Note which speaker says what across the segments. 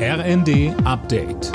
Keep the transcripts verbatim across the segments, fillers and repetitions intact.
Speaker 1: R N D Update.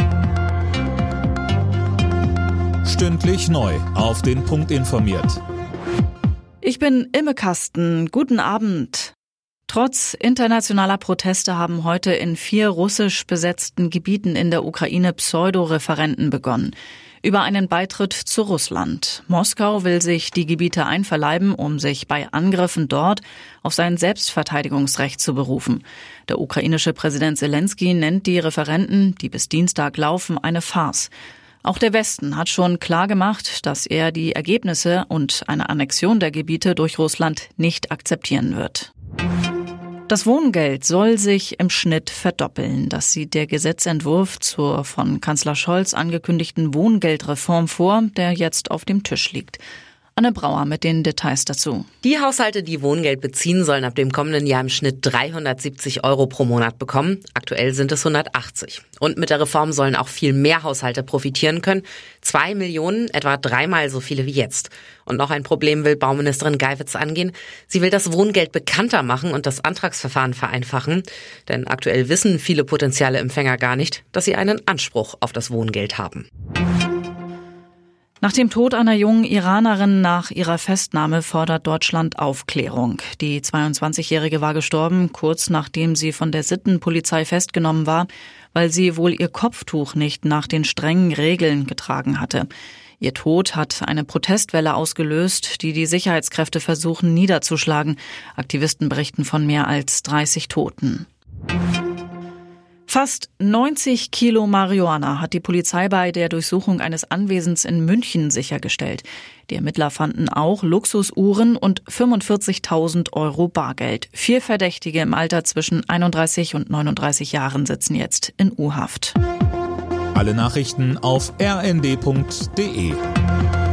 Speaker 1: Stündlich neu auf den Punkt informiert.
Speaker 2: Ich bin Imme Kasten. Guten Abend. Trotz internationaler Proteste haben heute in vier russisch besetzten Gebieten in der Ukraine Pseudo-Referenden begonnen über einen Beitritt zu Russland. Moskau will sich die Gebiete einverleiben, um sich bei Angriffen dort auf sein Selbstverteidigungsrecht zu berufen. Der ukrainische Präsident Selenskyj nennt die Referenden, die bis Dienstag laufen, eine Farce. Auch der Westen hat schon klargemacht, dass er die Ergebnisse und eine Annexion der Gebiete durch Russland nicht akzeptieren wird. Das Wohngeld soll sich im Schnitt verdoppeln. Das sieht der Gesetzentwurf zur von Kanzler Scholz angekündigten Wohngeldreform vor, der jetzt auf dem Tisch liegt. Anne Brauer mit den Details dazu.
Speaker 3: Die Haushalte, die Wohngeld beziehen, sollen ab dem kommenden Jahr im Schnitt dreihundertsiebzig Euro pro Monat bekommen. Aktuell sind es hundertachtzig. Und mit der Reform sollen auch viel mehr Haushalte profitieren können. Zwei Millionen, etwa dreimal so viele wie jetzt. Und noch ein Problem will Bauministerin Geiwitz angehen. Sie will das Wohngeld bekannter machen und das Antragsverfahren vereinfachen. Denn aktuell wissen viele potenzielle Empfänger gar nicht, dass sie einen Anspruch auf das Wohngeld haben.
Speaker 2: Nach dem Tod einer jungen Iranerin nach ihrer Festnahme fordert Deutschland Aufklärung. Die zweiundzwanzigjährige war gestorben, kurz nachdem sie von der Sittenpolizei festgenommen war, weil sie wohl ihr Kopftuch nicht nach den strengen Regeln getragen hatte. Ihr Tod hat eine Protestwelle ausgelöst, die die Sicherheitskräfte versuchen niederzuschlagen. Aktivisten berichten von mehr als dreißig Toten. Fast neunzig Kilo Marihuana hat die Polizei bei der Durchsuchung eines Anwesens in München sichergestellt. Die Ermittler fanden auch Luxusuhren und fünfundvierzigtausend Euro Bargeld. Vier Verdächtige im Alter zwischen einunddreißig und neununddreißig Jahren sitzen jetzt in U-Haft.
Speaker 1: Alle Nachrichten auf r n d punkt d e.